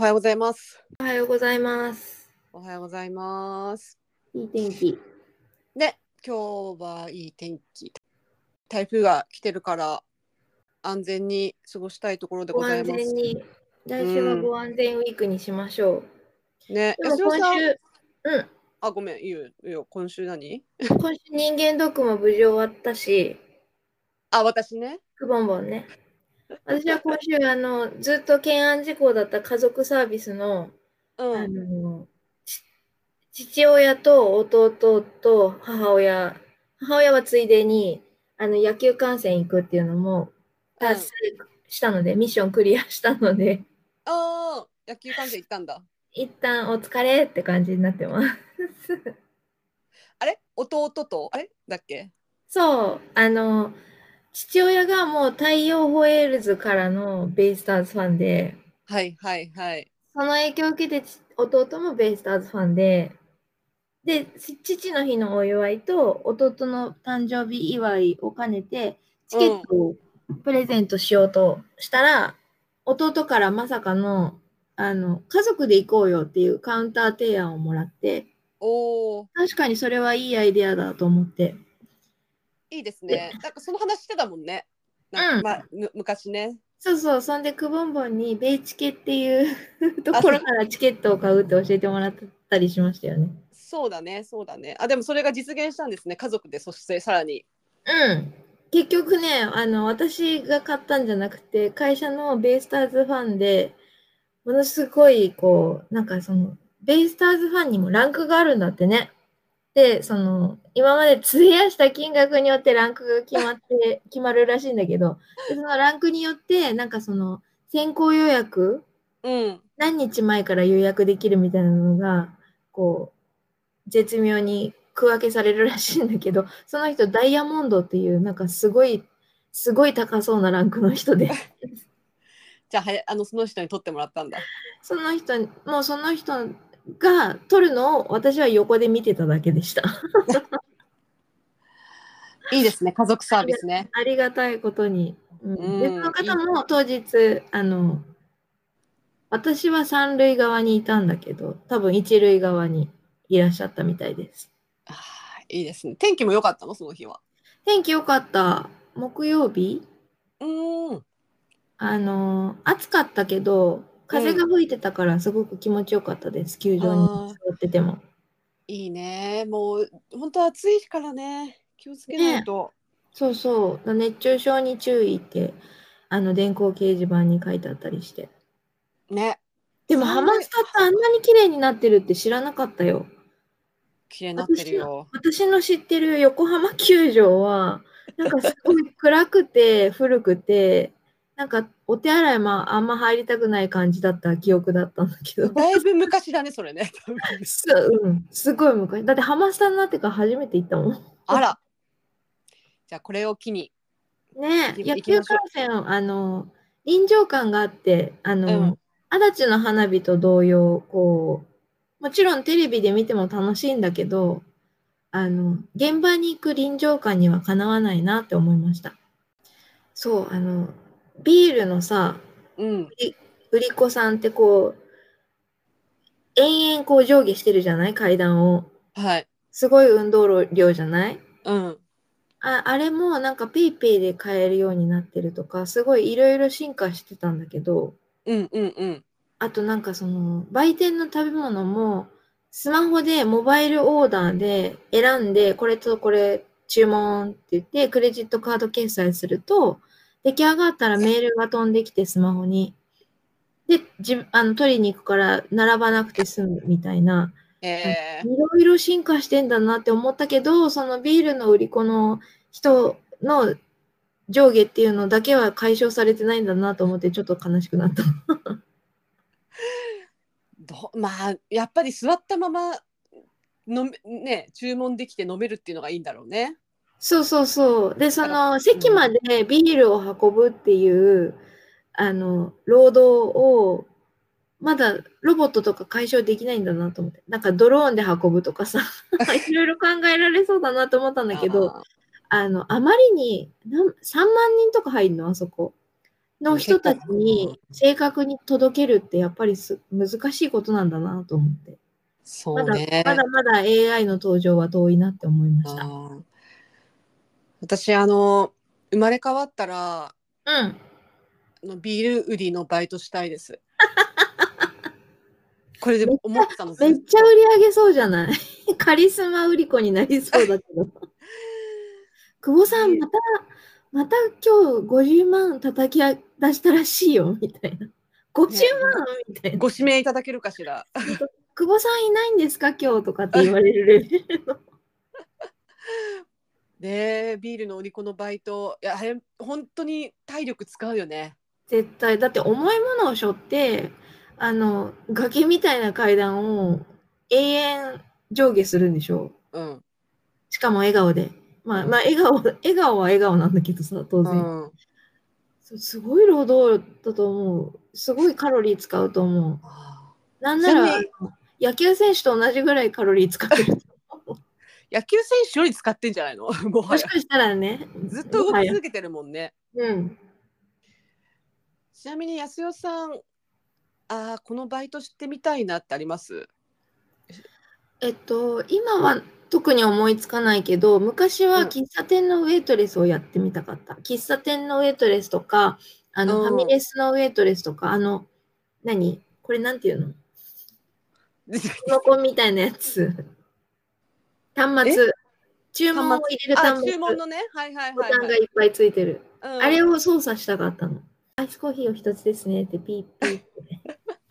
おはようございます。 おはようございます。 おはようございます。 いい天気。 で、今日はいい天気。台風が来てるから安全に過ごしたいところでごご安ざいます。 全に。来週はうん。 ご安全ウィークにしましょう。 ね、 でも安代さん。 今ごめん、いいよ、いいよ。今週何？ 週人間ドックも無事終わったし、 私ね。 くぼんぼんね。私は今週、ずっと懸案事項だった家族サービスの、 うん。 ち父親と弟と母親はついでに、野球観戦行くっていうのも達成したので、ミッションクリアしたので、 野球観戦行ったんだ。 一旦お疲れって感じになってます。 あれ弟と、あれだっけ？ そう、父親がもう太陽ホエールズからのベイスターズファンで、 はいはいはい。 その影響を受けて弟もベイスターズファンで、父の日のお祝いと弟の誕生日祝いを兼ねて、チケットをプレゼントしようとしたら、弟からまさかの、家族で行こうよっていうカウンター提案をもらって、 おー、 確かにそれはいいアイデアだと思って。 いいですでね。なんかその話してたもんね。 うん。 昔ね。 そうそう、そんで、くぼんぼんに、ベイチケっていうとあ、 ころからチケットを買うって教えてもらったりしましたよね。 そうだね、そうだね。でもそれが実現したんですね。家族で、そしてさらに。 うん。結局ね、私が買ったんじゃなくて、会社のベイスターズファンで、ものすごい、なんかベイスターズファンにもランクがあるんだってね。で、今まで費やした金額によってランクが決まるらしいんだけど、でそのランクによって、なんか先行予約、 うん。 何日前から予約できるみたいなのが、絶妙に区分けされるらしいんだけど、その人、ダイヤモンドっていう、なんかすごい高そうなランクの人で、 じゃあ、その人に取ってもらったんだ。 その人が撮るのを私は横で見てただけでした。 いいですね、家族サービスね。 ありがたいことに。で、そのうん、 方も当日、私は三塁側にいたんだけど、多分一塁側にいらっしゃったみたいです。 いいですね。天気も良かったの、その日は。 天気良かった。木曜日うん。 暑かったけど、風が吹いてたからすごく気持ちよかったです。球場にああ、 座ってても。 いいね。もう、本当暑い日からね、気をつけないね、 と。 そうそう。熱中症に注意って、電光掲示板に書いてあったりして。 ね。 でも、ハマスタってあんなに綺麗になってるって知らなかったよ。 綺麗になってるよ。 私の知ってる横浜球場は、なんかすごい暗くて古くて、なんかお手洗いもあんま入りたくない感じだった記憶だったんだけど。 だいぶ昔だね、それね。 すごい昔。だってハマスタになってから初めて行ったもん。 あら。じゃあ、これを機にねえ、野球観行きましょ戦、臨場感があって、 う。うん。 足立の花火と同様、もちろんテレビで見ても楽しいんだけど、現場に行く臨場感にはかなわないなって思いました。そう、ビールのさ、 うん。 売り子さんって延々上下してるじゃない階段を。 はい。 すごい運動量じゃないうん。 あれもなんかペイペイで買えるようになってるとか、すごいいろいろ進化してたんだけど、 うんうんうん。 あとなんか売店の食べ物も、スマホでモバイルオーダーで選んで、これとこれ注文って言って、クレジットカード決済すると、出来上がったらメールが飛んできてスマホに。で、取りに行くから並ばなくて済むみたいな、いろいろ進化してんだなって思ったけど、そのビールの売り子の人の上下っていうのだけは解消されてないんだなと思ってちょっと悲しくなった。 まあ、やっぱり座ったままね、注文できて飲めるっていうのがいいんだろうね。 そうそうそう。で、 うん、 席までビールを運ぶっていう、労働を、まだロボットとか解消できないんだなと思って。なんかドローンで運ぶとかさ、いろいろ考えられそうだなと思ったんだけど、 ああまりに、3万人とか入るのあそこ。 の人たちに正確に届けるってやっぱり難しいことなんだなと思って。 そうね。 まだまだ AI の登場は遠いなって思いました。 私生まれ変わったらビール売りのバイトしたいです。これで思ってたの。 めっちゃ売り上げそうじゃないカリスマ売り子になりそうだけど。久保さん、また今日50万叩き出したらしいよ、みたいな。50万、みたいな。 ご指名いただけるかしら。 久保さんいないんですか今日とかって言われるレベルの。 ね、ビールの売り子のバイト、いや、本当に体力使うよね。 絶対。だって重いものを背負って、崖みたいな階段を永遠上下するんでしょ。しかも笑顔で。まあ、笑顔は笑顔なんだけどさ、当然。すごい労働だと思う。すごいカロリー使うと思う。なんなら、野球選手と同じぐらいカロリー使ってる。 野球選手より使ってんじゃないのもしかしたらね。 ずっと動き続けてるもんね。ちなみに安代さん、このバイトしてみたいなってあります？ 今は特に思いつかないけど、昔は喫茶店のウェイトレスをやってみたかった。喫茶店のウェイトレスとか、ファミレスのウェイトレスとか、これなんていうのリモコンみたいなやつ。端末。注文を入れる端末。 注文のね。はいはいはい。 ボタンがいっぱいついてる。あれを操作したかったの。アイスコーヒーを一つですねってピーピーって。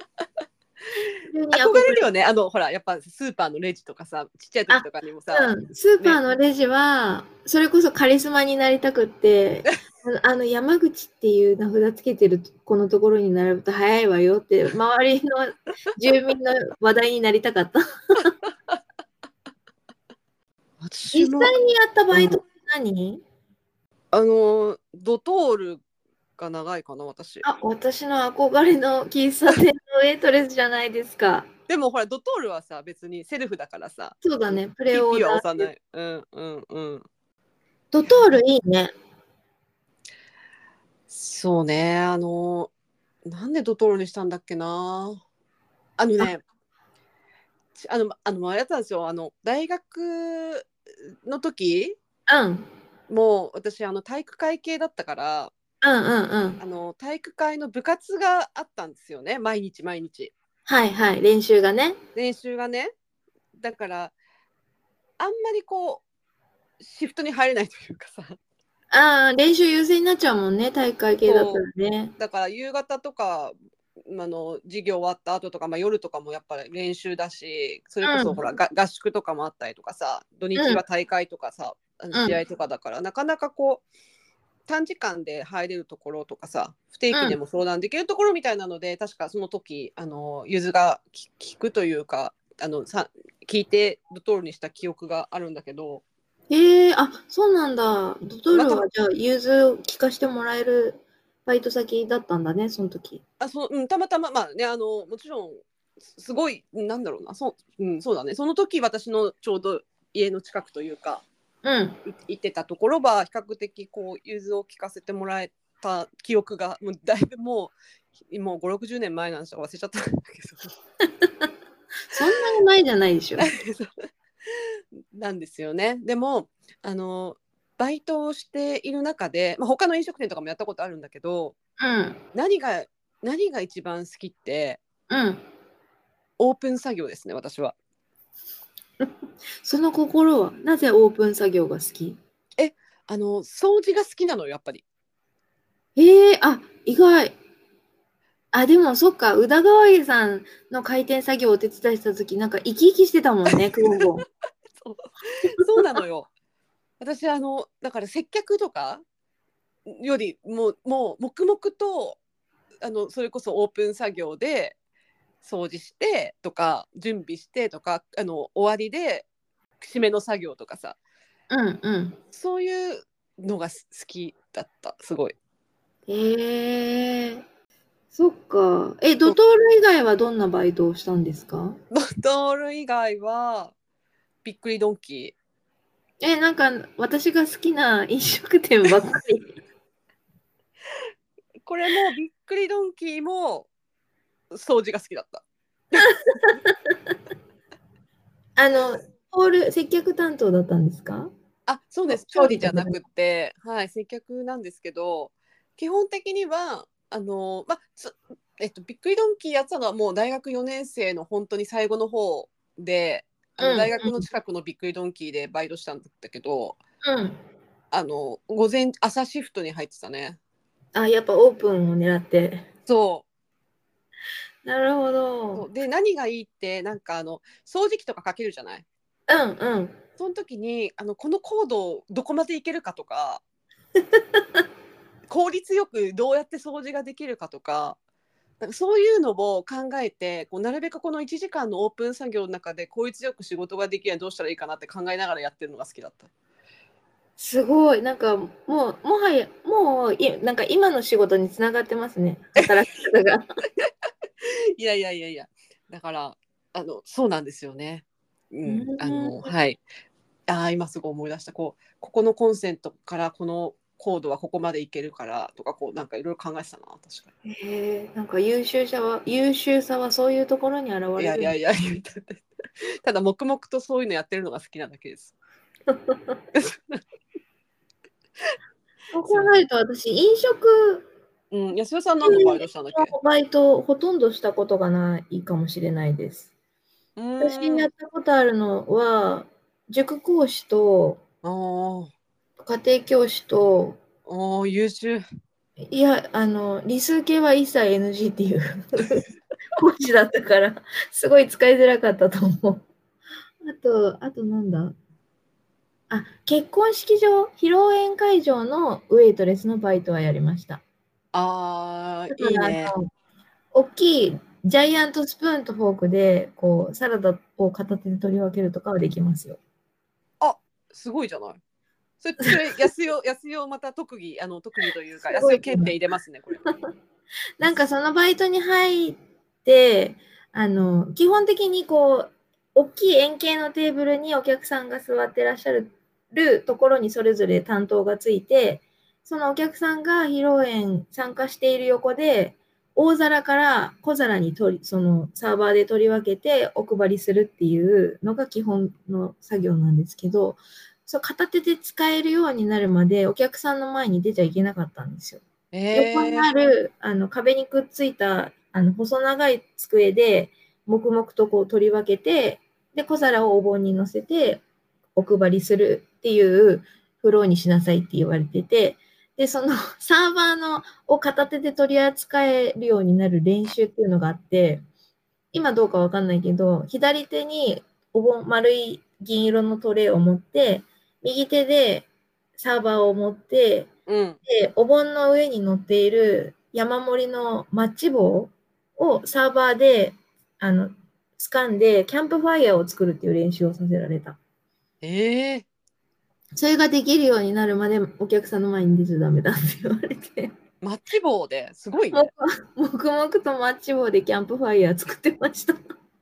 憧れるよね。ほら、やっぱスーパーのレジとかさ、ちっちゃい時とかにもさ。 スーパーのレジは、それこそカリスマになりたくって、山口っていう名札つけてるこのところに並ぶと早いわよって、周りの住民の話題になりたかった。実際にやったバイトって何？ ドトールが長いかな、私。 私の憧れの喫茶店のウェイトレスじゃないですか。 でもほら、ドトールはさ、別にセルフだからさ。 そうだね、プレオーダー。 ピッピは押さない。 ドトールいいね。 そうね、なんでドトールにしたんだっけな。あれやったんですよ。大学の時、もう私体育会系だったから、体育会の部活があったんですよね、毎日毎日。 はいはい、練習がね。 だからあんまりこうシフトに入れないというかさ。 練習優先になっちゃうもんね、体育会系だったらね。 だから夕方とか授業終わった後とか、夜とかもやっぱり練習だし、それこそほら、合宿とかもあったりとかさ、土日は大会とかさ、試合とかだから、なかなかこう短時間で入れるところとかさ、不定期でも相談できるところみたいなので、確かその時ゆずが聞くというか聞いてドトールにした記憶があるんだけど。 そうなんだ。ドトールはじゃあ融通を聞かせてもらえるバイト先だったんだね、その時。 たまたまね、もちろんすごいなんだろうな、そうだね、その時私のちょうど家の近くというか、行ってたところは比較的こう融通を聞かせてもらえた記憶がもうだいぶもう5、60年前なんでしょ、忘れちゃったんだけどそんなに前じゃないでしょなんですよね。でもバイトをしている中で、他の飲食店とかもやったことあるんだけど、何が一番好きって、オープン作業ですね、私は。 その心はなぜオープン作業が好き？ 掃除が好きなのよ、やっぱり。 意外。でもそっか、宇田川家さんの開店作業をお手伝いした時、なんか生き生きしてたもんね、クボンボン。 そうなのよ。私だから接客とかよりも黙々とそれこそオープン作業で掃除してとか準備してとか終わりで締めの作業とかさ、そういうのが好きだった、すごい。 そっか。ドトール以外はどんなバイトをしたんですか？ ドトール以外はびっくりドンキー。 なんか私が好きな飲食店ばっかりこれもびっくりドンキーも掃除が好きだった。 ホール接客担当だったんですか？ あ、そうです。調理じゃなくて、はい、接客なんですけど、基本的にはびっくりドンキーやってたのはもう大学4年生の本当に最後の方で、大学の近くのびっくりドンキーでバイトしたんだけど、朝シフトに入ってたね。 やっぱオープンを狙って。 そう。 なるほど。 で、何がいいってなんか掃除機とかかけるじゃない。その時にこのコードをどこまでいけるかとか効率よくどうやって掃除ができるかとか、なんかそういうのを考えてなるべくこの1時間のオープン作業の中で効率よく仕事ができるにはどうしたらいいかなって考えながらやってるのが好きだった。 すごい。なんかもはやなんか今の仕事につながってますね、働き方が。 いやいやいやいや、だからそうなんですよね。はい。今すぐ思い出した。ここのコンセントからこのコードはここまでいけるからとかなんかいろいろ考えてたな、確かに。なんか優秀さはそういうところに現れる。 いやいやいやただ黙々とそういうのやってるのが好きなだけです。 そう考えると私飲食安代さん何のバイトしたんだっけ？ バイトほとんどしたことがないかもしれないです。私やったことあるのは塾講師と家庭教師と優秀。 いや理数系は一切 NG っていう講師だったからすごい使いづらかったと思う。あとなんだ、結婚式場、披露宴会場のウェイトレスのバイトはやりました。 いいね。 大きいジャイアントスプーンとフォークでサラダを片手で取り分けるとかはできますよ。 すごいじゃない。それ安代また特技というか安代検定入れますねこれ。 なんかそのバイトに入って基本的に大きい円形のテーブルにお客さんが座ってらっしゃるところにそれぞれ担当がついて、そのお客さんが披露宴参加している横で大皿から小皿にそのサーバーで取り分けてお配りするっていうのが基本の作業なんですけど、片手で使えるようになるまでお客さんの前に出ちゃいけなかったんですよ。横にある壁にくっついた細長い机で黙々と取り分けて、で小皿をお盆に乗せてお配りするっていうフローにしなさいって言われてて、でそのサーバーを片手で取り扱えるようになる練習っていうのがあって、今どうかわかんないけど、左手に丸い銀色のトレイを持って、右手でサーバーを持って、でお盆の上に乗っている山盛りのマッチ棒をサーバーで掴んでキャンプファイヤーを作るっていう練習をさせられた。それができるようになるまでお客さんの前に出ちゃダメだって言われて。 マッチ棒ですごいね。 黙々とマッチ棒でキャンプファイヤー作ってました。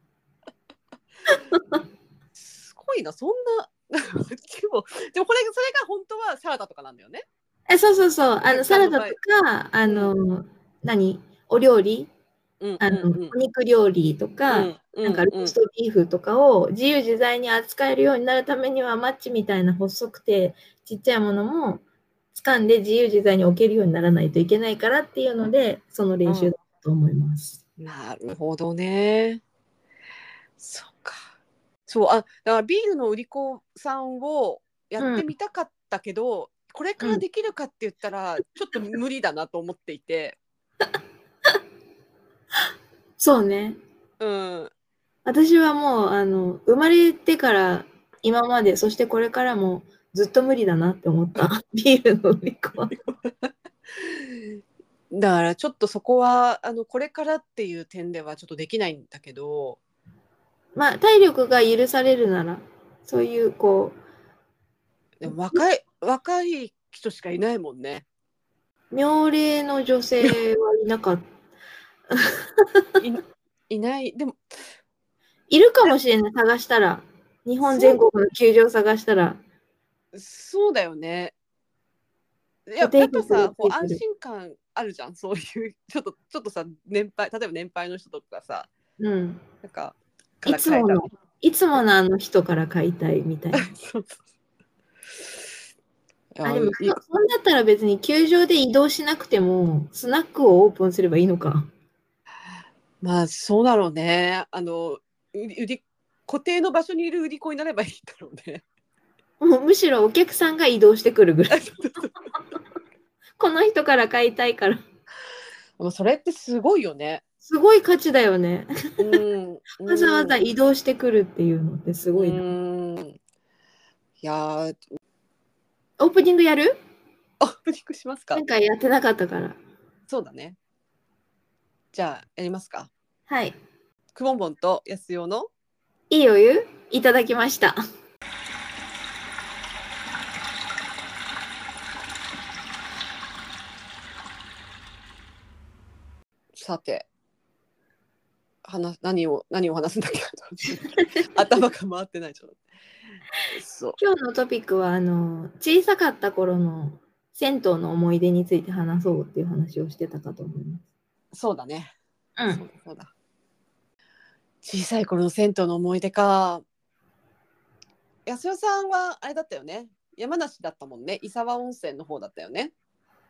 すごいな、そんなでもそれが本当はサラダとかなんだよね。 そう。サラダとかお料理、お肉料理とか、なんかローストビーフとかを自由自在に扱えるようになるためにはマッチみたいな細くてちっちゃいものも掴んで自由自在に置けるようにならないといけないからっていうので、その練習だと思います。 なるほどね。そうか。だからビールの売り子さんをやってみたかったけど、これからできるかって言ったらちょっと無理だなと思っていて。 そうね。私はもう生まれてから今まで、そしてこれからもずっと無理だなって思ったビールの売り子は。 だからちょっとそこはこれからっていう点ではちょっとできないんだけど、 体力が許されるならそういうでも若い人しかいないもんね。 妙齢の女性はいなかった。 いない。でもいるかもしれない、探したら。日本全国の球場探したら。 そうだよね。 やっぱ固定客がさこう安ついてる。 心感あるじゃん、そういうちょっとさ年配、例えば年配の人とかさ、 うん。 なんかかいら変えたらつもの、いつものあの人から買いたいみたいな。 そうそう。 あ、でもいそんだったら別に球場で移動しなくても、スナックをオープンすればいいのか。 まあそうだろうね。売り固定の場所にいる売り子になればいいんだろうね。 もうむしろお客さんが移動してくるぐらい。 そうそうそう。 この人から買いたいから。 もうそれってすごいよね。 すごい価値だよね。 うんわざわざうん移動してくるっていうのってすうごいな。 ん。いやー、 オープニングやる？ オープニングしますか。 前回やってなかったから。 そうだね。じゃあやりますか。 はい。 くぼんぼんとやすよのいいお湯いただきました。 さて何を話すんだっけ頭が回ってない。ちょっとそう今日のトピックは、小さかった頃の銭湯の思い出について話そうっていう話をしてたかと思います。 そうだね。 うん。 そうだ。小さい頃の銭湯の思い出か。安代さんはあれだったよね。山梨だったもんね。伊沢温泉の方だったよね。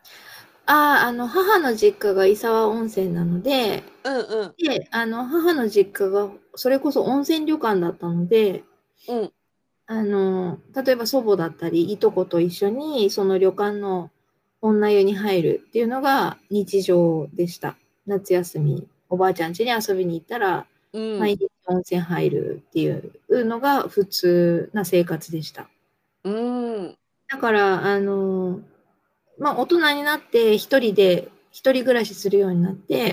母の実家が伊沢温泉なので、 うんで、母の実家がそれこそ温泉旅館だったので、 うん例えば祖母だったり、いとこと一緒にその旅館の女湯に入るっていうのが日常でした。夏休み、おばあちゃん家に遊びに行ったら、 うん毎日温泉入るっていうのが普通な生活でした。 うんだから、大人になって一人暮らしするようになって、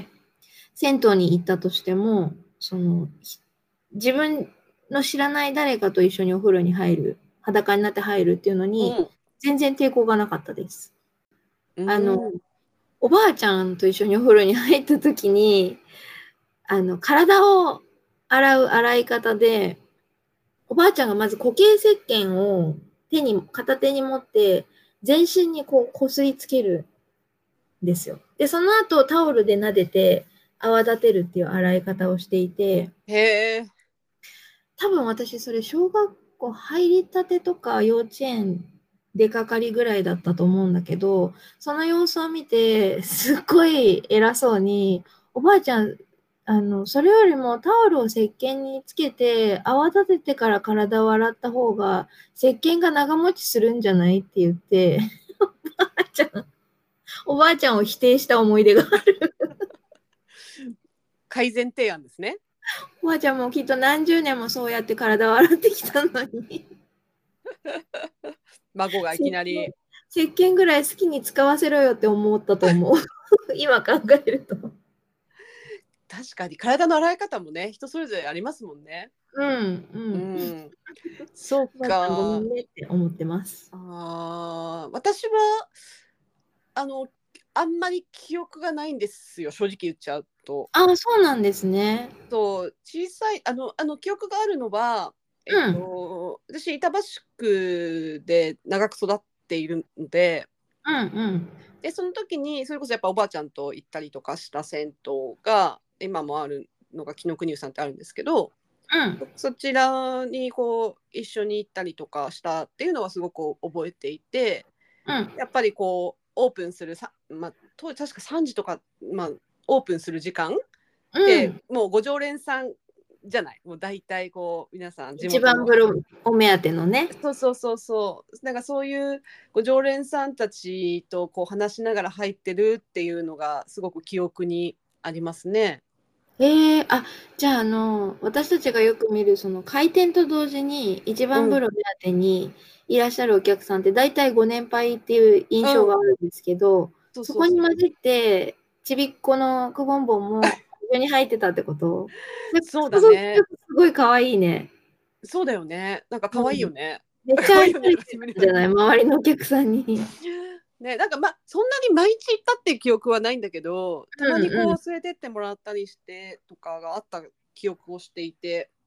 銭湯に行ったとしても、自分の知らない誰かと一緒にお風呂に入る、裸になって入るっていうのに、 うん全然抵抗がなかったです。 うんおばあちゃんと一緒にお風呂に入った時に、体を洗う洗い方で、おばあちゃんがまず固形石鹸を片手に持って、全身にこう、こすりつけるんですよ。で、その後タオルで撫でて、泡立てるっていう洗い方をしていて、 へえ。 多分私それ小学校入りたてとか幼稚園出かかりぐらいだったと思うんだけど、その様子を見て、すっごい偉そうに、おばあちゃん、それよりもタオルを石鹸につけて、泡立ててから体を洗った方が、石鹸が長持ちするんじゃないって言って、おばあちゃんを否定した思い出がある。 改善提案ですね。 おばあちゃんもきっと何十年もそうやって体を洗ってきたのに。 孫がいきなり。 石鹸ぐらい好きに使わせろよって思ったと思う。今考えると。 確かに体の洗い方もね、人それぞれありますもんね。 うん、う。 うんん。そうおばあちゃんごめか。 んねって思ってます。 私はあのあんまり記憶がないんですよ、正直言っちゃうと。 ああ、そうなんですね。 小さい記憶があるのは、 うん、 私板橋区で長く育っているので、 うん、うん。 でその時にそれこそやっぱおばあちゃんと行ったりとかした銭湯が今もあるのが紀ノ国湯さんってあるんですけど、 うん、 そちらにこう一緒に行ったりとかしたっていうのはすごく覚えていて、 うん、 やっぱりこうオープンする当時確か3時とか、オープンする時間で、 うん。 もうご常連さんじゃない、もう大体こう皆さん地一元の、 番風呂お目当てのね。 なんかそういうご常連さんたちとこう話しながら入ってるっていうのがすごく記憶にありますね。 じゃあ、私たちがよく見る、その開店と同時に一番うん風呂目当てにいらっしゃるお客さんって大体ご年配っていう印象があるんですけど、そこに混じって、ちびっこのくぼんぼんも一緒に入ってたってこと？ そう想像すだね。 るとすごい可愛いね。 そうだよね。なんか可愛いようん。 ね。 めっちゃ可愛いよね。 愛されてるんじゃない？周りのお客さんに。 ね、なんかそんなに毎日行ったっていう記憶はないんだけど、たまにこううんうん。 連れてってもらったりしてとかがあった記憶をしていて、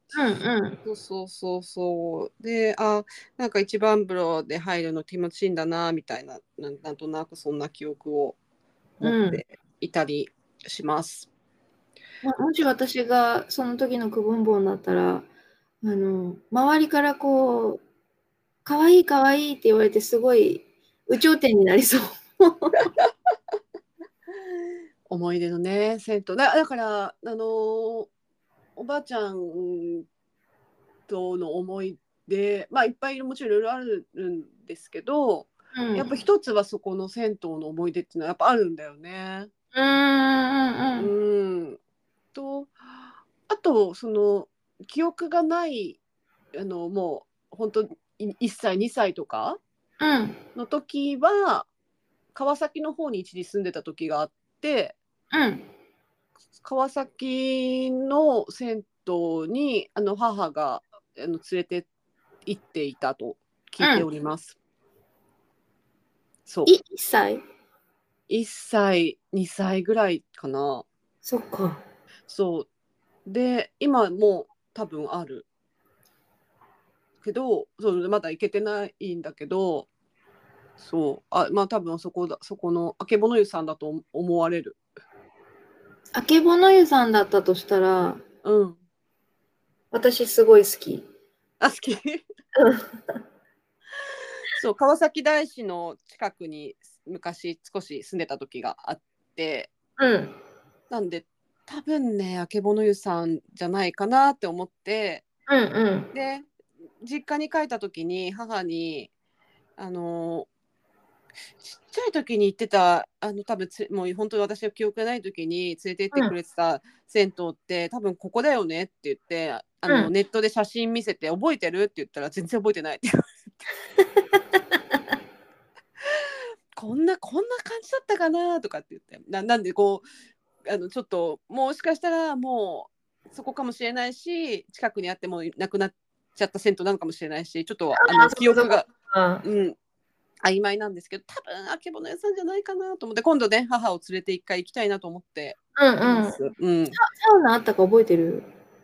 うんうんそうそうそうそう。で、なんか一番風呂で入るの気持ちいいんだな、みたいな、なんとなくそんな記憶を持っうん。 ていたりします。 もし私がその時のくぼんぼんだったら、周りからこう、かわいいかわいいって言われてすごい有頂天になりそう。 思い出のね、銭湯。だから、おばあちゃんとの思い出、まあいっぱいもちろんいろいろあるんですけど、 うん。 やっぱ一つはそこの銭湯の思い出っていうのはやっぱあるんだよね。 うんうんうん。 うんと、あとその記憶がないもう本当1歳2歳とかうん。 の時は川崎の方に一時住んでた時があって、 うん。 川崎の銭湯に母が連れて行っていたと聞いておうん。 ります。そう。 1歳。 1歳、2歳ぐらいかな。 そっか。 そう。で、今もう多分あるけど、そうまだ行けてないんだけど、そう。まあ多分そこのあけぼの湯さんだと思われる。 あけぼの湯さんだったとしたら、 うん。 私すごい好き。 好き。そう、川崎大師の近くに昔少し住んでた時があって、 うん。 なんで多分ね、あけぼの湯さんじゃないかなって思って、 うんうん。 で、実家に帰った時に母に、あの、ちっちゃい時に行ってた、多分もう本当に私の記憶がない時に連れて行ってうんくれてた銭湯って多分ここだよねって言って、 うん。 ネットで写真見せて覚えてるって言ったら全然覚えてないってこんな感じだったかなとかって言ってなんでこうちょっともしかしたらもうそこかもしれないし近くにあってもなくなっちゃった銭湯なのかもしれないしちょっとあ、そっかそっ記憶が、 か。 うん、曖昧なんですけど多分あけぼの屋さんじゃないかなと思って今度ね母を連れて一回行きたいなと思ってうんうん。 います。うん、 サウナあったか覚えてる？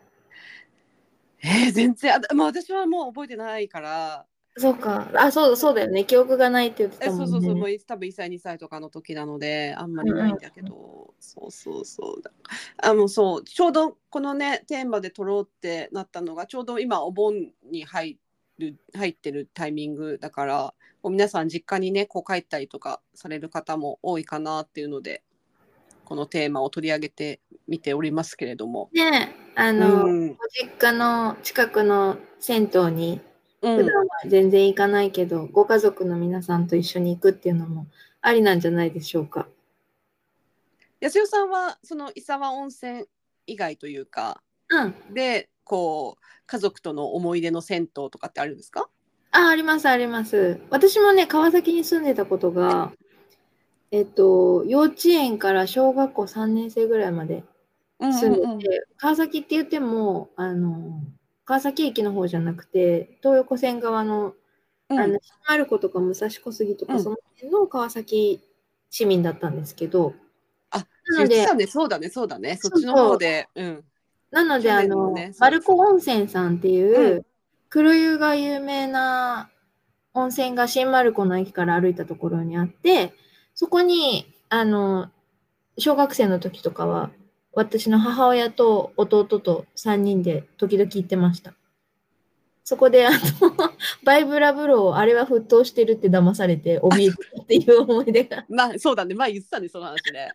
全然まあ、私はもう覚えてないからそうか。あ、そうだよね。記憶がないって言ってたそうそうそう、ももんね。 う多分1歳、2歳とかの時なので、あんまりうんうん。 ないんだけど、そうそうそう。もうそう、ちょうどこのね、テーマで撮ろうってなったのが、ちょうど今、お盆に入ってるタイミングだから、こう皆さん実家にね、こう帰ったりとかされる方も多いかなっていうので、このテーマを取り上げてみておりますけれども。 ね、 うん、 ご実家の近くの銭湯に、 うん。 普段は全然行かないけど、ご家族の皆さんと一緒に行くっていうのもありなんじゃないでしょうか。 安代さんは、その伊沢温泉以外というか、 うん。 でこう家族との思い出の銭湯とかってあるんですか？ ありますあります。私もね、川崎に住んでたことが、幼稚園から小学校3年生ぐらいまでうん住んでうんうん。 て、川崎って言っても、川崎駅の方じゃなくて、東横線側の、 うん新丸子とか武蔵小杉とか、そうん。 の辺の川崎市民だったんですけど、なので、 言ってたね。そうだね、そうだね。そっちのそうそう、 方で、うん。 なので、 去年もね、そうです。 バルコ温泉さんってうん。 いう、黒湯が有名な温泉が新丸子の駅から歩いたところにあって、そこに、小学生の時とかは、私の母親と弟と3人で時々行ってました。そこで、バイブラ風呂をあれは沸騰してるって騙されて怯えてたっていう思い出が。 まあ、そうだね。前言ってたね、その話ね。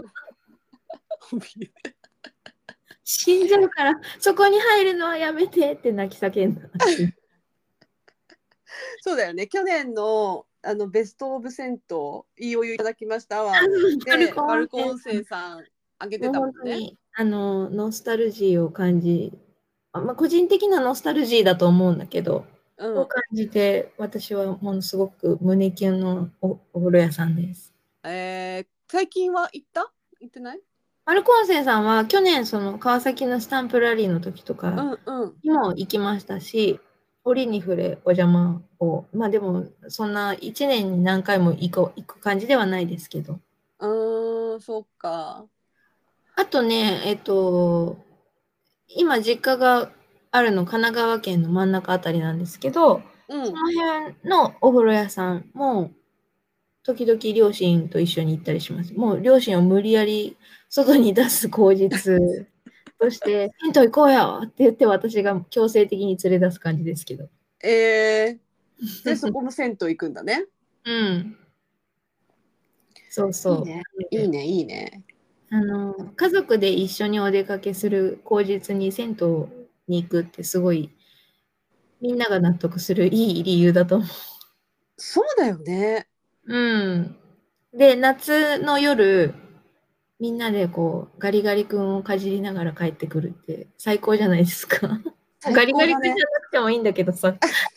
死んじゃうから、そこに入るのはやめてって泣き叫んだ。 そうだよね。去年のベストオブ銭湯、いいお湯いただきましたアワードで、 バルコバルコ温温泉さん。 泉さんあげてもうたもんね。 本当に、ノスタルジーを感じ、個人的なノスタルジーだと思うんだけど、 うん。 を感じて、私はものすごく胸キュンのお風呂屋さんです。 最近は行ってない？ マルコンセンさんは去年、その川崎のスタンプラリーの時とかうんうん。 にも行きましたし、折に触れお邪魔を、まあでも、そんな1年に何回も行く感じではないですけど。 そっか。 あとね、今実家があるの神奈川県の真ん中あたりなんですけど、そうん。 の辺のお風呂屋さんも、時々両親と一緒に行ったりします。もう両親を無理やり外に出す口実として、銭湯行こうよって言って私が強制的に連れ出す感じですけど。 で、そこも銭湯行くんだね。 うん。そうそう。 いいね。 なのでいいね、いいね。 家族で一緒にお出かけする口実に銭湯に行くってすごいみんなが納得するいい理由だと思そうだよね。 う。うん。で、夏の夜、みんなでこう、ガリガリ君をかじりながら帰ってくるって最高じゃないですか。もう最ガリガリ君じゃ高だね。 なくてもいいんだけどさ、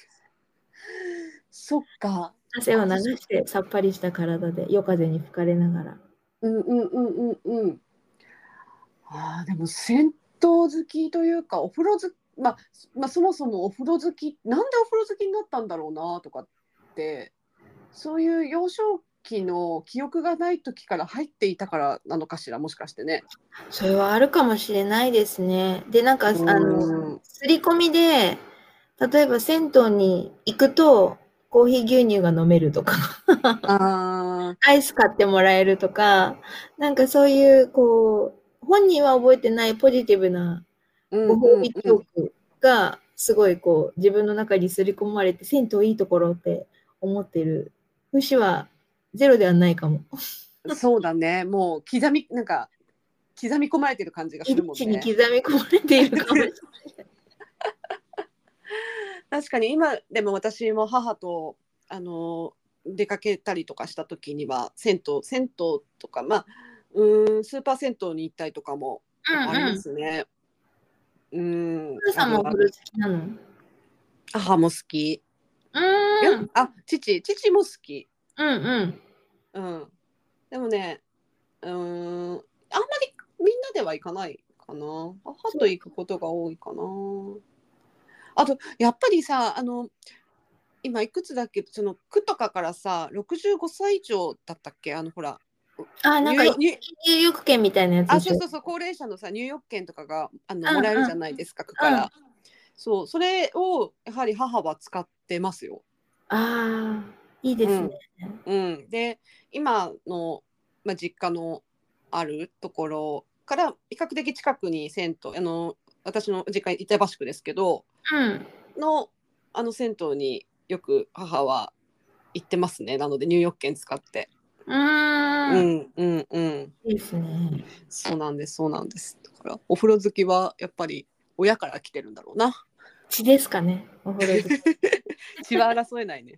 そっか。 汗を流私、 してさっぱりした体で夜風に吹かれながら。 うんうんうんうんうん。でも銭湯好きというか、お風呂好き、そもそもお風呂好き、なんでお風呂好きになったんだろうなとかって、そういう幼少期の記憶がない時から入っていたからなのかしら、もしかしてね。 それはあるかもしれないですね。で、なんか、 うーん。 刷り込みで、例えば銭湯に行くと、コーヒー牛乳が飲めるとか、 あアイス買ってもらえるとか、なんかそういう、こう、本人は覚えてないポジティブなうんうご褒美記んう憶が、すごいこう、自分の中に刷り込まれて、銭湯いいところって思ってる節はゼロではないかも。 ん。そうだね。もう刻み込まれてる感じがす入りるもんね。 口に刻み込まれているかもしれない。 確かに今でも私も母と出かけたりとかした時には銭湯とかスーパー銭湯に行ったりとかもうやっぱありまんうん。 すね。 お母さんもお風呂好きなの？ 母も好き。 うーん。 父も好き。 うんうん。 うん。でもね、あんまりみんなでは行かないかな。母とそう。 行くことが多いかな。あとやっぱりさ、今いくつだっけ、その区とかからさ、65歳以上だったっけ、ほら、 あ、なんか、 入浴入入浴券みたいなやつでしょ？ そうそうそう、高齢者のさ、入浴券とかがうんうんもらえるじゃないですか、区かうん。 ら。そう、それをやはり母は使ってますよ。 ああ、いいですね。 うん。うん。で、今の、実家のあるところから比較的近くに銭湯、私の実家板橋区ですけど、 うん。 の銭湯によく母は行ってますね。なので入浴券使って。 うーん。 うんうんうん。 いいですね。 そうなんです、そうなんです。だからお風呂好きはやっぱり親から来てるんだろうな。 血ですかね、お風呂好き。 血は争えないね。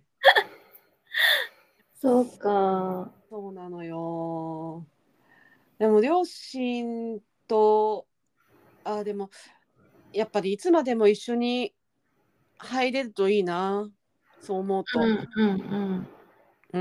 そうか。 そうなのよ。でも両親と、でもやっぱりいつまでも一緒に入れるといいな。そう思うと。 うんうんうん。 うん。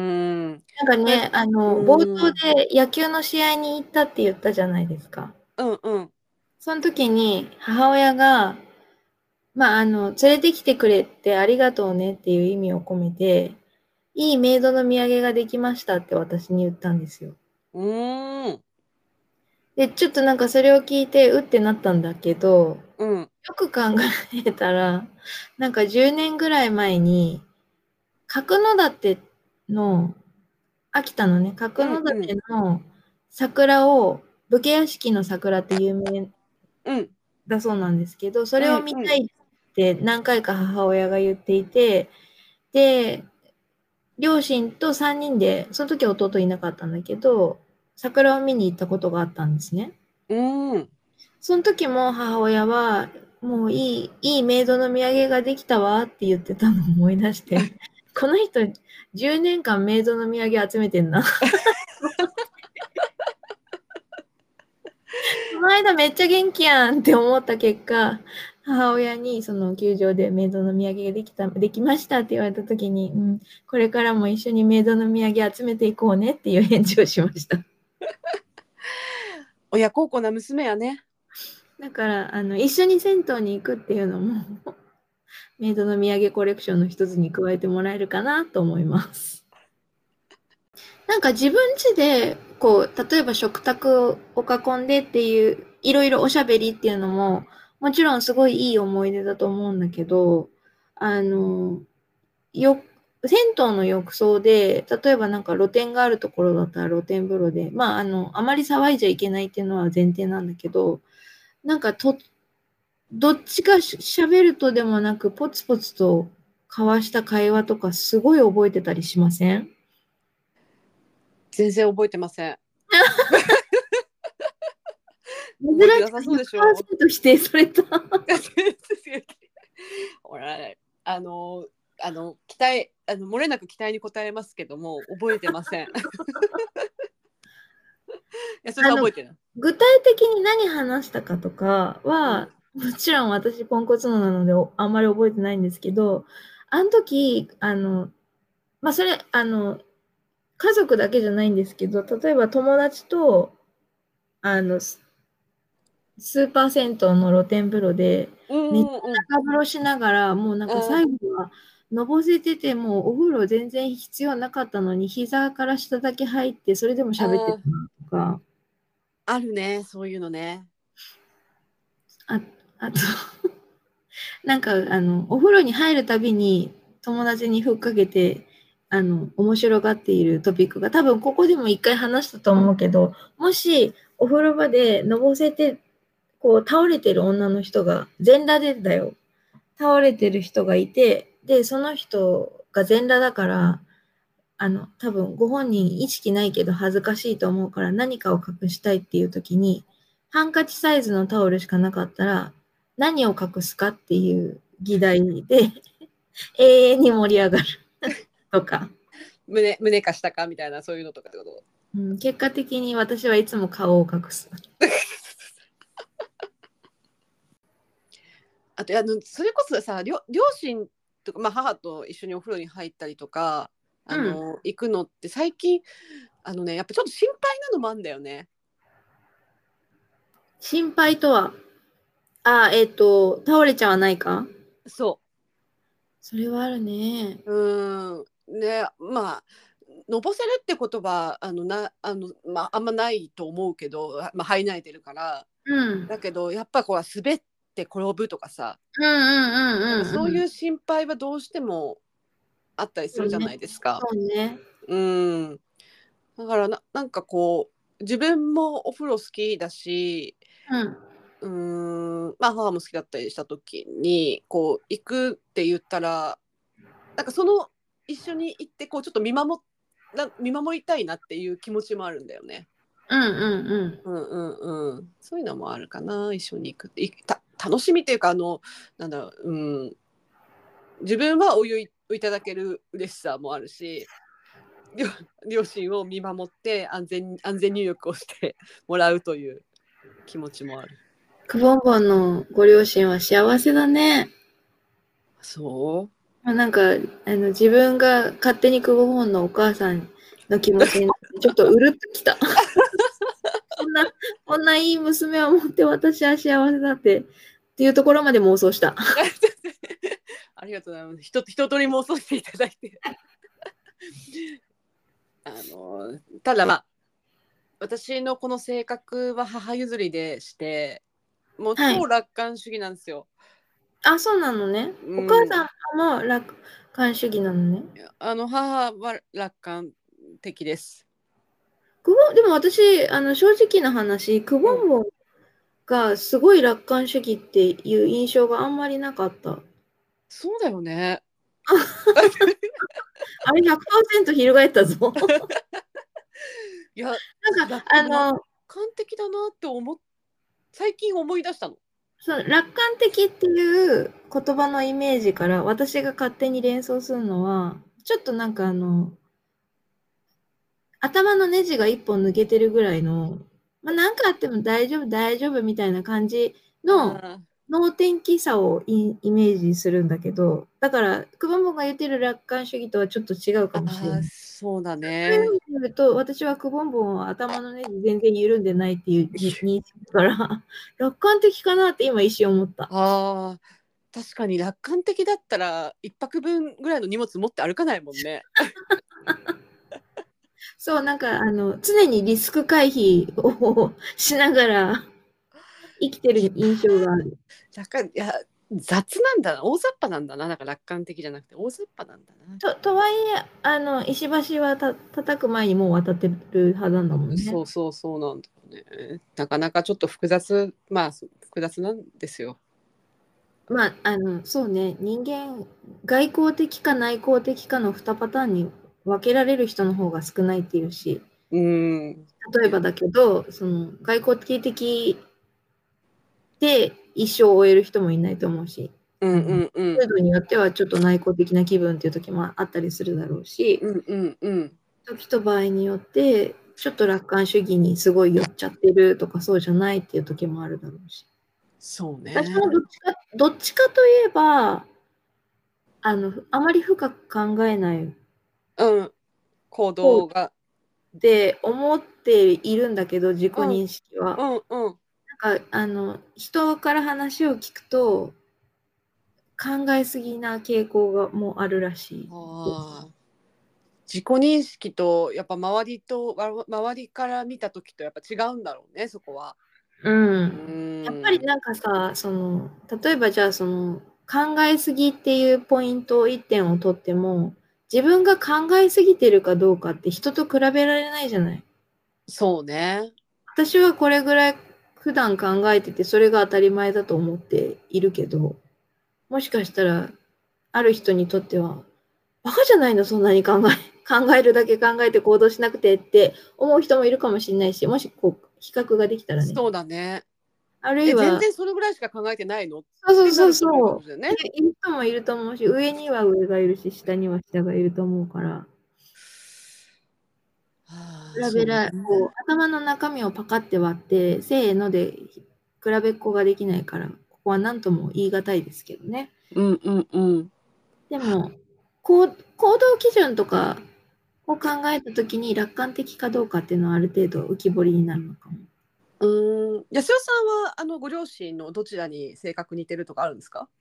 なんかこれ、 ね、冒頭うん。 で野球の試合に行ったって言ったじゃないですか。 うんうん。 その時に母親が、連れてきてくれてありがとうねっていう意味を込めて、いいメイドの土産ができましたって私に言ったんですよ。 うーん。 で、ちょっとなんかそれを聞いて、うってなったんだけど、 うん。 よく考えたら、なんか10年ぐらい前に、角館の、秋田のね、角うん館の桜を、武家屋敷の桜って有名うんだそうなんですけど、それをうんうん見たいって何回か母親が言っていて、で、両親と3人で、その時は弟いなかったんだけど、桜を見に行ったことがあったんですね。 うん。 その時も母親は、もういいメイドの土産ができたわって言ってたのを思い出して、この人10年間メイドの土産集めてんな。この間めっちゃ元気やんって思った結果、母親にその球場でメイドの土産ができましたって言われた時に、これからも一緒にメイドの土産集めていこうねっていう返事をしました。 親孝行な娘やね。 だから、一緒に銭湯に行くっていうのも、メイドの土産コレクションの一つに加えてもらえるかなと思います。なんか自分家で、こう、例えば食卓を囲んでっていう、いろいろおしゃべりっていうのも、 もちろんすごいいい思い出だと思うんだけど、あの、よ、銭湯の浴槽で、例えばなんか露天があるところだったら露天風呂で、まあ、あまり騒いじゃいけないっていうのは前提なんだけど、なんかどっちか喋るとでもなく、ポツポツと交わした会話とかすごい覚えてたりしません？ 全然覚えてません。 珍し覚えてなさくそうでしょ。 100%否定された。 ほら、期待、漏れなく期待に応えますけども、覚えてません。それあの、 覚えてる。 具体的に何話したかとかは、もちろん私ポンコツなのであんまり覚えてないんですけど、あの時、まあ、それ、家族だけじゃないんですけど、例えば友達と、スーパー銭湯の露天風呂で、めっちうんうんゃ長風呂しながら、もうなんかうん。 最後は、のぼせてて、もうお風呂全然必要なかったのに、膝から下だけ入って、それでも喋ってたなとか、 あるね、そういうのね。 あ、あと、なんか、お風呂に入るたびに友達にふっかけて、面白がっているトピックが、多分ここでも一回話したと思うけど、もしお風呂場でのぼせて、こう倒れてる女の人が、全裸でだよ。倒れてる人がいて、で、その人が全裸だから、多分ご本人意識ないけど恥ずかしいと思うから何かを隠したいっていう時に、ハンカチサイズのタオルしかなかったら、何を隠すかっていう議題で永遠に盛り上がるとか、 胸かしたかみたいな、そういうのとかってこと。 うん、結果的に私はいつも顔を隠す。 あとそれこそさ、両親とか、まあ、母と一緒にお風呂に入ったりとかうん。 行くのって最近やっぱちょっと心配なのもあるんだよね。 心配とは、倒れちゃわないか？ そそれはあるね。 う。ね、まあのぼせるって言葉まあ、あんまないと思うけど、まあ、入らないてるから。 うん。 だけどやっぱこう滑って転ぶとかさ、 うんうんやっぱうんうんうん。 そういう心配はどうしてもあったりするじゃなそうね。 いですか。 そうね。 うん。だからなんかこう自分もお風呂好きだし、 うん。 まあ母も好きだったりした時にこう行くって言ったら、なんか一緒に行ってこうちょっと見守りたいなっていう気持ちもあるんだよね。 うんうんうん。 うんうんうん。そういうのもあるかな、一緒に行くって楽しみっていうかなんだろう、自分はお湯をいただける嬉しさもあるし、両両親を見守って安全入浴をしてもらうという気持ちもある。 くぼんぼんのご両親は幸せだね。 そまあ、なんか、自分が勝手にくぼんぼんのお母さんの気持ちになって、ちょっとうるっときた。こんな、こんないい娘を持って私は幸せだっていうところまで妄想した。 ありがとうございます。一通り妄想していただいて。ただまあ私のこの性格は母譲りでして、もうはい。 超楽観主義なんですよ。 あ、そうなのね。 うん。 お母さんも楽観主義なのね。 母は楽観的です。 でも私、正直な話、くぼうん。 んぼんがすごい楽観主義っていう印象があんまりなかった。 そうだよね。 あれ100%翻ったぞ。 いや、 なんか、 楽観的だなって最近思い出したの。 そう、楽観的っていう言葉のイメージから私が勝手に連想するのは、ちょっとなんか頭のネジが一本抜けてるぐらいの、まあ、なんかあっても大丈夫、大丈夫みたいな感じのあ能天気さをイメージするんだけど、だから、くぼんぼんが言ってる楽観主義とはちょっと違うかもしれない。 そうだそういうね。 意味で言うと、私はくぼんぼんは頭のネジ全然緩んでないっていう認識から、楽観的かなって今一瞬思った。 ああ、確かに楽観的だったら一泊分ぐらいの荷物持って歩かないもんね。 そう、なんか、常にリスク回避をしながら、 生きてる印象がある。 若干、いや、雑なんだな。大雑把なんだな。なんか楽観的じゃなくて、大雑把なんだな。 とはいえ、石橋は叩く前にもう渡ってるはずなんだもんね。 そうそうそうなんだよね。なかなかちょっと複雑、まあ、複雑なんですよ。 まあ、そうね、人間、外交的か内向的かの2パターンに分けられる人の方が少ないっていうし、 うん。いや、 例えばだけど、その外交的で一生を終える人もいないと思うし、 うんうんうん。 制度によってはちょっと内向的な気分っていう時もあったりするだろうし、 うんうんうん。 時と場合によって、ちょっと楽観主義にすごい寄っちゃってるとかそうじゃないっていう時もあるだろうし。 そう私ね。 もどっちかといえば、あまり深く考えないうん。行方動が。 って思っているんだけど、自己うん認識は。 うんうん。 なんか、人から話を聞くと、考えすぎな傾向がもうあるらしいです。 ああ。自己認識とやっぱ周りから見た時とやっぱ違うんだろうね、そこは。 うん。 うやっぱりーん。 なんかさ、例えばじゃあ考えすぎっていうポイント1点を取っても、自分が考えすぎてるかどうかって人と比べられないじゃない。 そうね。 私はこれぐらい普段考えてて、それが当たり前だと思っているけど、もしかしたら、ある人にとっては、バカじゃないの、そんなに考えるだけ考えて行動しなくてって思う人もいるかもしれないし、もしこう、比較ができたらね。 そうだね。 あるいは、 全然それぐらいしか考えてないのっそうそうてなる人もいるかそう。 もしれないね。 いる人もいると思うし、上には上がいるし、下には下がいると思うから、 はあ、そうね。 頭の中身をパカって割って、せーので比べっこができないから、ここは何とも言い難いですけどね。 うんうんうん。 でも、行動基準とかを考えたときに楽観的かどうかっていうのはある程度浮き彫りになるのかも。 安代さんはご両親のどちらに性格似てるとかあるんですか？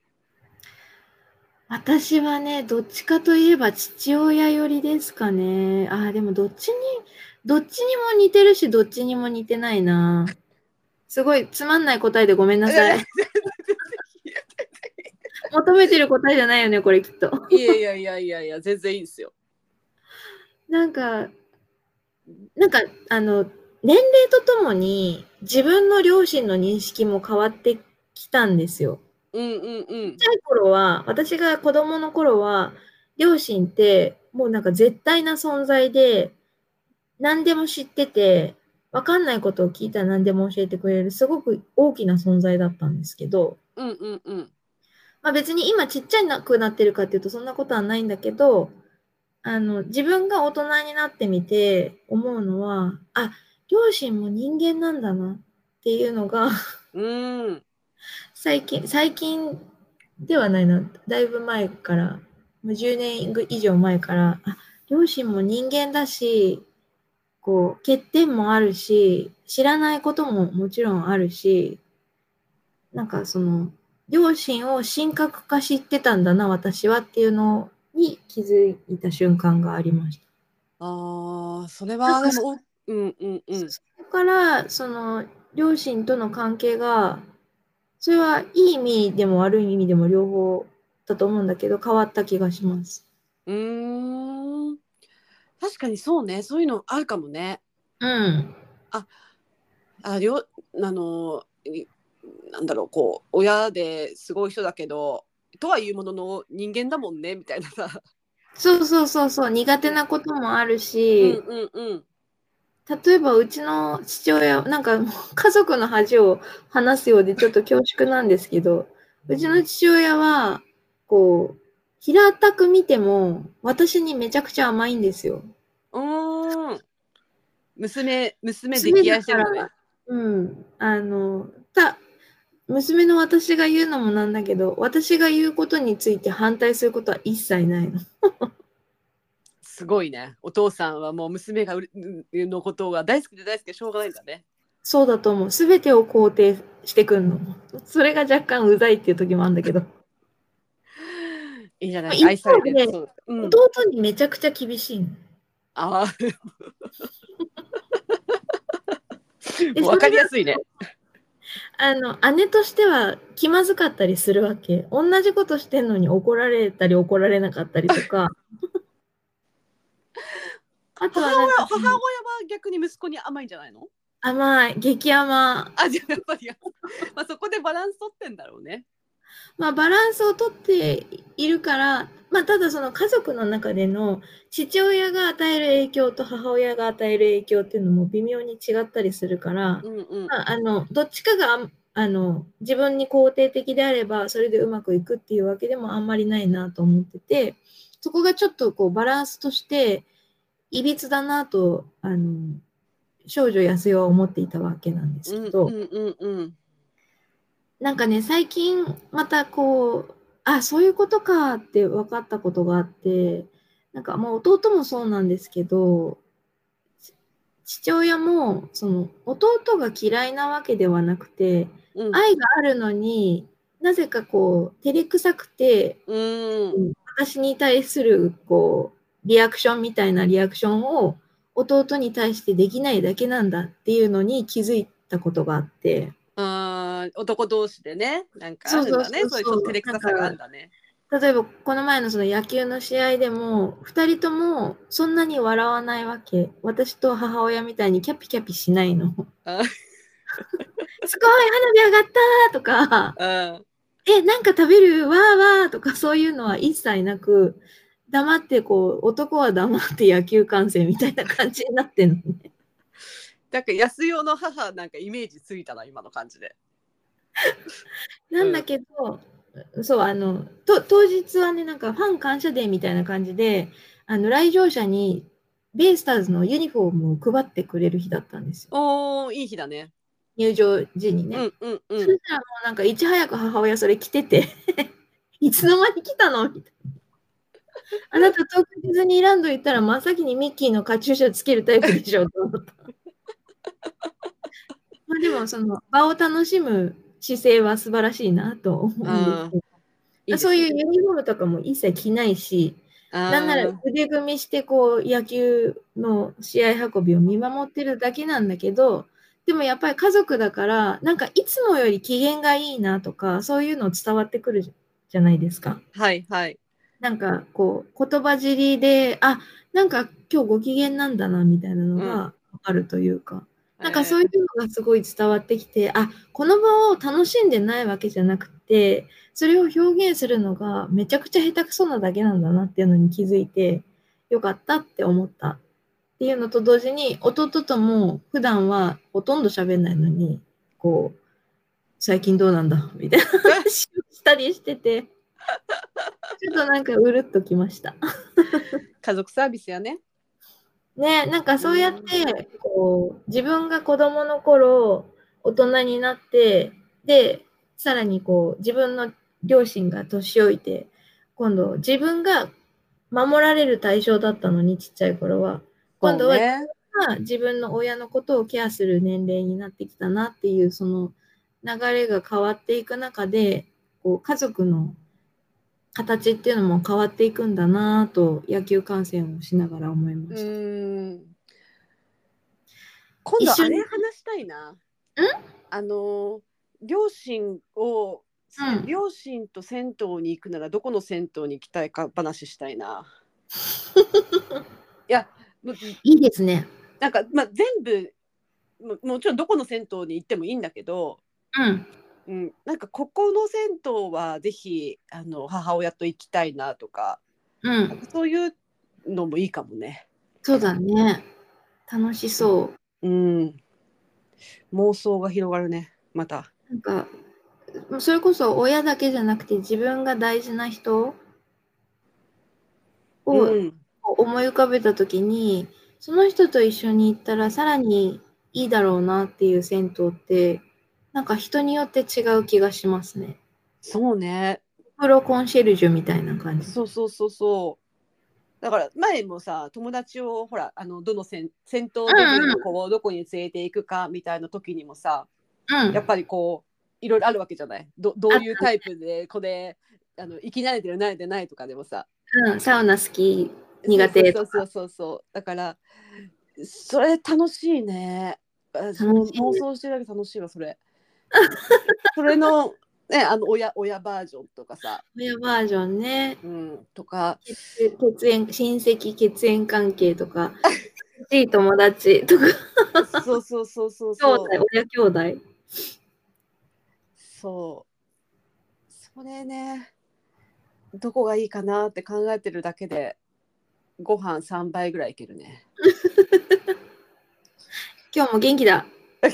私はね、どっちかといえば父親寄りですかね。でもどっちにも似てるし、どっちにも似てないな。すごいつまんない答えでごめんないやいやさい。求めてる答えじゃないよね、これきっと。 いやいやいやいやいや、全然いいですよ。 なんか、なんか、年齢とともに自分の両親の認識も変わってきたんですよ。 うんうんうん。 ちっちゃい頃は、私が子供の頃は、両親ってもうなんか絶対な存在で、何でも知ってて、わかんないことを聞いたら何でも教えてくれる、すごく大きな存在だったんですけど、 うんうんうん。 まあ別に今ちっちゃいくなってるかっていうとそんなことはないんだけど、自分が大人になってみて思うのは、両親も人間なんだなっていうのがうん。 最近ではないな、だいぶ前から、もう10年以上前から、両親も人間だし、こう、欠点もあるし、知らないことももちろんあるし、なんか両親を神格化してたんだな、私はっていうのに気づいた瞬間がありました。 ああ、それなんかはでも、うんうんうん。 そこから、両親との関係が、それはいい意味でも悪い意味でも両方だと思うんだけど、変わった気がします。 うーん。確かにそうね。そういうのあるかもね。 うん。 あ、両なんだろう、こう、親ですごい人だけど、とはいうものの人間だもんね、みたいなさ。 そうそうそうそう、苦手なこともあるし、 うんうんうん。 例えばうちの父親、なんかもう家族の恥を話すようでちょっと恐縮なんですけど、うちの父親は、こう、平たく見ても私にめちゃくちゃ甘いんですよ。 うーん。娘娘溺愛してだから、 るのね。 うん、娘の私が言うのもなんだけど、私が言うことについて反対することは一切ないの。 すごいね。お父さんはもう娘がのことが大好きで大好きでしょうがないんだね。 そうだと思う。すべてを肯定してくんの。それが若干うざいっていう時もあるんだけど。 いいじゃないですか。 一愛されてる。 方で、 そう。うん。 弟にめちゃくちゃ厳しいの。 ああ、 で、 もう分かりやすいね。 姉としては気まずかったりするわけ。同じことしてんのに怒られたり怒られなかったりとか。あとはなんか、 母親は逆に息子に甘いんじゃないの？ 甘い、激甘。 あ、じゃあやっぱりまあそこでバランス取ってんだろうね。 まあ、バランスをとっているから、まあ、ただその家族の中での父親が与える影響と母親が与える影響っていうのも微妙に違ったりするから、 うんうん。 まあ、どっちかが自分に肯定的であればそれでうまくいくっていうわけでもあんまりないなと思ってて、そこがちょっとこうバランスとしていびつだなと少女安代は思っていたわけなんですけど、 うんうんうんうん。 なんかね、最近またこう、あ、そういうことかって分かったことがあって、なんかもう弟もそうなんですけど、父親もその弟が嫌いなわけではなくて、 うん。 愛があるのになぜかこう照れくさくて、 うん。 私に対するこうリアクションみたいなリアクションを弟に対してできないだけなんだっていうのに気づいたことがあって。 男同士でね、なんかあそうそうるんだね。そういうちょっと照そうそう。なんかれくささがあるんだね。 例えばこの前のその野球の試合でも2人ともそんなに笑わないわけ。私と母親みたいにキャピキャピしないの。 あすごい花火上がったとか、 うん。 なんか食べるわーわーとかそういうのは一切なく、黙ってこう、男は黙って野球観戦みたいな感じになってんのね。 なんか安代の母なんかイメージついたな今の感じで。 なんだうん。 けど、そう、当日はね、なんかファン感謝デーみたいな感じで、来場者にベイスターズのユニフォームを配ってくれる日だったんですよ。 おー、いい日だね。 入場時にね。 うんうんうん。 そしたらもうなんかいち早く母親それ着てていつの間に来たのみたいな。あなた東京ディズニーランド行ったら真っ先にミッキーのカチューシャつけるタイプでしょと思った。まあでもその場を楽しむ姿勢は素晴らしいなと思うんですああ、 けど、 いいですね。 そういうユニフォームとかも一切着ないし、なんならあ腕組みしてこう野球の試合運びを見守ってるだけなんだけど、でもやっぱり家族だから、なんかいつもより機嫌がいいなとか、そういうの伝わってくるじゃないですか。 はいはい。 なんかこう言葉尻で、あ、なんか今日ご機嫌なんだなみたいなのうん。 があるというか、なんかそういうえー、 のがすごい伝わってきて、あ、この場を楽しんでないわけじゃなくて、それを表現するのがめちゃくちゃ下手くそなだけなんだなっていうのに気づいて、よかったって思ったっていうのと同時に、弟とも普段はほとんど喋んないのに、こう、最近どうなんだみたいな話をしたりしてて、ちょっとなんかうるっときました。 家族サービスやね。 ね、なんかうそうやっん。 て、こう、自分が子供の頃、大人になって、で、さらにこう、自分の両親が年老いて、今度自分が守られる対象だったのに、ちっちゃい頃は。今度は自そうね。 分が自分の親のことをケアする年齢になってきたなっていう、その流れが変わっていく中で、こう、家族の形っていうのも変わっていくんだなぁと、野球観戦をしながら思いまうした。 ん。今一緒に、 度あれ話したいな。あの両親をうん。 両親と銭湯に行くならどこの銭湯に行きたいか話したいな。いや、 いいですね。 なんか、まあ、全部もちろんどこの銭湯に行ってもいいんだけど、 うん。 うん、なんかここの銭湯はぜひ母親と行きたいなとか、なんかうん。 そういうのもいいかもね。 そうだね。楽しそう。 うん、妄想が広がるねまた。 なんか、それこそ親だけじゃなくて自分が大事な人うをん、 思い浮かべたときに、その人と一緒に行ったらさらにいいだろうなっていう銭湯って、なんか人によって違う気がしますね。 そうね。 プロコンシェルジュみたいな感じ。 そうそうそうそう。だから前もさ友達をほらどの銭湯デビューの子をどこに連れていくかみたいな時にもさ、 うんうん。 やっぱりこういろいろあるわけじゃない。どあっういうタイプでこれ生き慣れてる慣れてないとかでもさ。 た、うん、サウナ好き、 そう苦そうそうそう手とか。 そうそう。だからそれ楽しいね。その楽しいね。 妄想してるだけ楽しいわそれ。 それのね、親バージョンとかさ、 親バージョンね。 とか、 血縁、親戚、血縁関係とか、いい友達とか、 そうそうそうそう兄弟、 そう、 親兄弟。 そう、それね、どこがいいかなって考えてるだけで、ご飯3杯ぐらいいけるね。 今日も元気だ。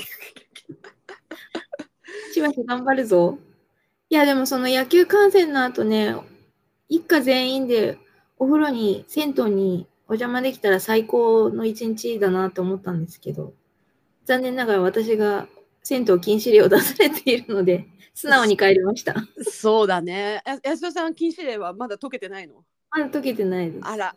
しばし頑張るぞ。いや、でもその野球観戦の後ね、一家全員でお風呂に、銭湯にお邪魔できたら最高の一日だなと思ったんですけど、残念ながら私が銭湯禁止令を出されているので、素直に帰りました。 そうだね。安田さん、禁止令はまだ解けてないの？ まだ解けてないです。 あら、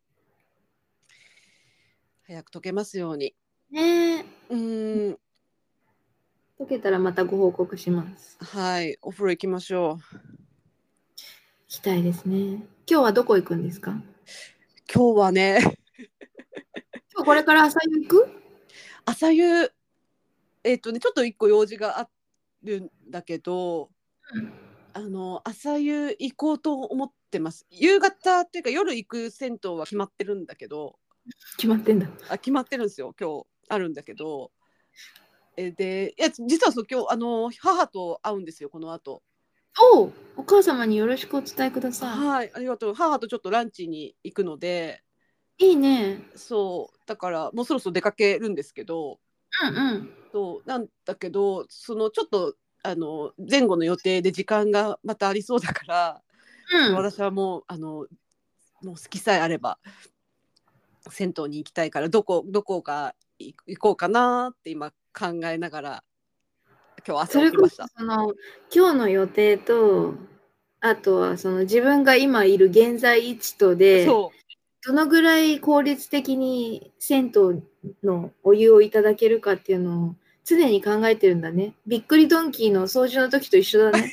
早く解けますように。 ねえ。 解けたらまたご報告します。 はい、お風呂行きましょう。 行きたいですね。今日はどこ行くんですか？ 今日はね、 今日これから朝湯行く？ 朝湯、ちょっと一個用事があるんだけど、朝湯行こうと思ってます。夕方っていうか夜行く銭湯は決まってるんだけど、 決まってんだ。 決まってるんですよ。今日あるんだけど、で、いや実はそう今日母と会うんですよこの後。 お母様によろしくお伝えくださはい、ありがとう。母とちょっとランチに行くので、 い。いいね。 そうだからもうそろそろ出かけるんですけど、 うんそうなんだけど、そのちょっと前後の予定で時間がまたありそうだから、 うん。 私はもうもう好きさえあれば銭湯に行きたいから、どこが行こうかなって今考えながら今日朝それこそ起きました。 今日の予定と、あとは自分が今いる現在位置とで、 そうどのぐらい効率的に銭湯のお湯をいただけるかっていうのを常に考えてるんだね。びっくりドンキーの掃除の時と一緒だね。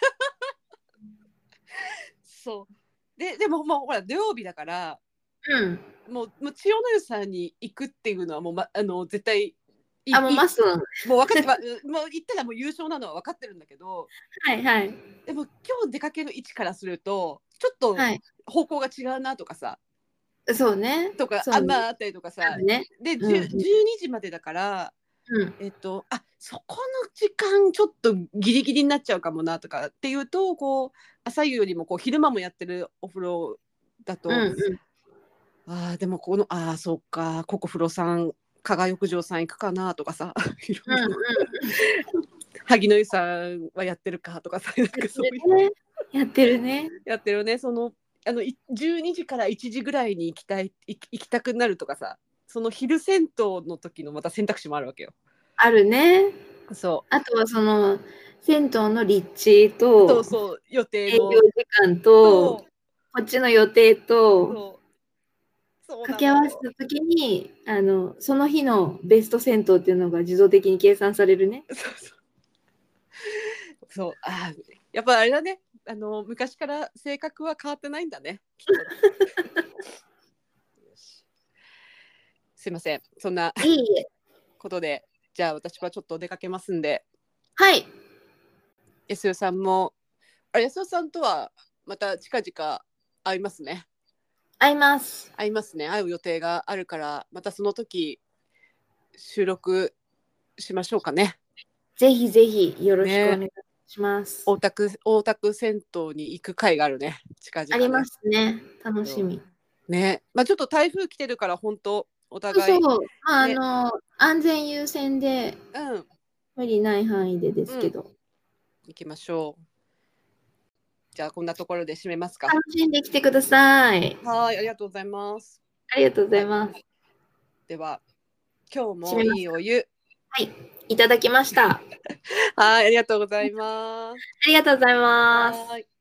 そうでももうほら土曜日だから、 うん。 もう千代の湯さんに行くっていうのはもう、絶対もうマストなの。 もう分かってもう行ったらもう優勝なのは分かってるんだけど、 はいはい。 でも今日出かける位置からするとちょっとはい。 方向が違うなとかさ、 そうね。 とかそうね。 あったりとかさ、 あるね。 でうん。 12時までだから、 うん。 そこの時間ちょっとギリギリになっちゃうかもなとかっていうと、こう朝湯よりもこう昼間もやってるお風呂だと、 うんうん。 でもそうか、ここ風呂さん加賀浴場さん行くかなとかさ、いろいろうんうん。 萩の湯さんはやってるかとかさ、なんかそういうね。やってるね。 やってるね。12時から1時ぐらいに行きたくなるとかさ、その昼銭湯の時のまた選択肢もあるわけよ。 あるね。 そあとは銭湯の立地うと、 そう予定営業の時間と、 とこっちの予定と、 そう掛なのよ。 け合わせたときに、その日のベスト銭湯っていうのが自動的に計算されるね。 そうやっぱあれだね、昔から性格は変わってないんだね、きっとね。よし、すいません、そんないいえ。 ことで、じゃあ私はちょっと出かけますんで、 はい。 安代さんも安代さんとはまた近々会いますね。 会います。 会いますね。会う予定があるから、またその時収録しましょうかね。 ぜひぜひよろしくおね、 願いします。 大田区銭湯に行く会があるね。近々ね。 ありますね。楽しみ。 ね、ちょっと台風来てるから本当おそう互いそう。 ね、 安全優先で、無理ない範囲でですけど。 行きましょう。じゃあこんなところで締めますか。 楽しんできてください。 はい、ありがとうございます。 ありがとうございます。 では今日もいいお湯。 はい、いただきました。 はい、ありがとうございます。 ありがとうございます。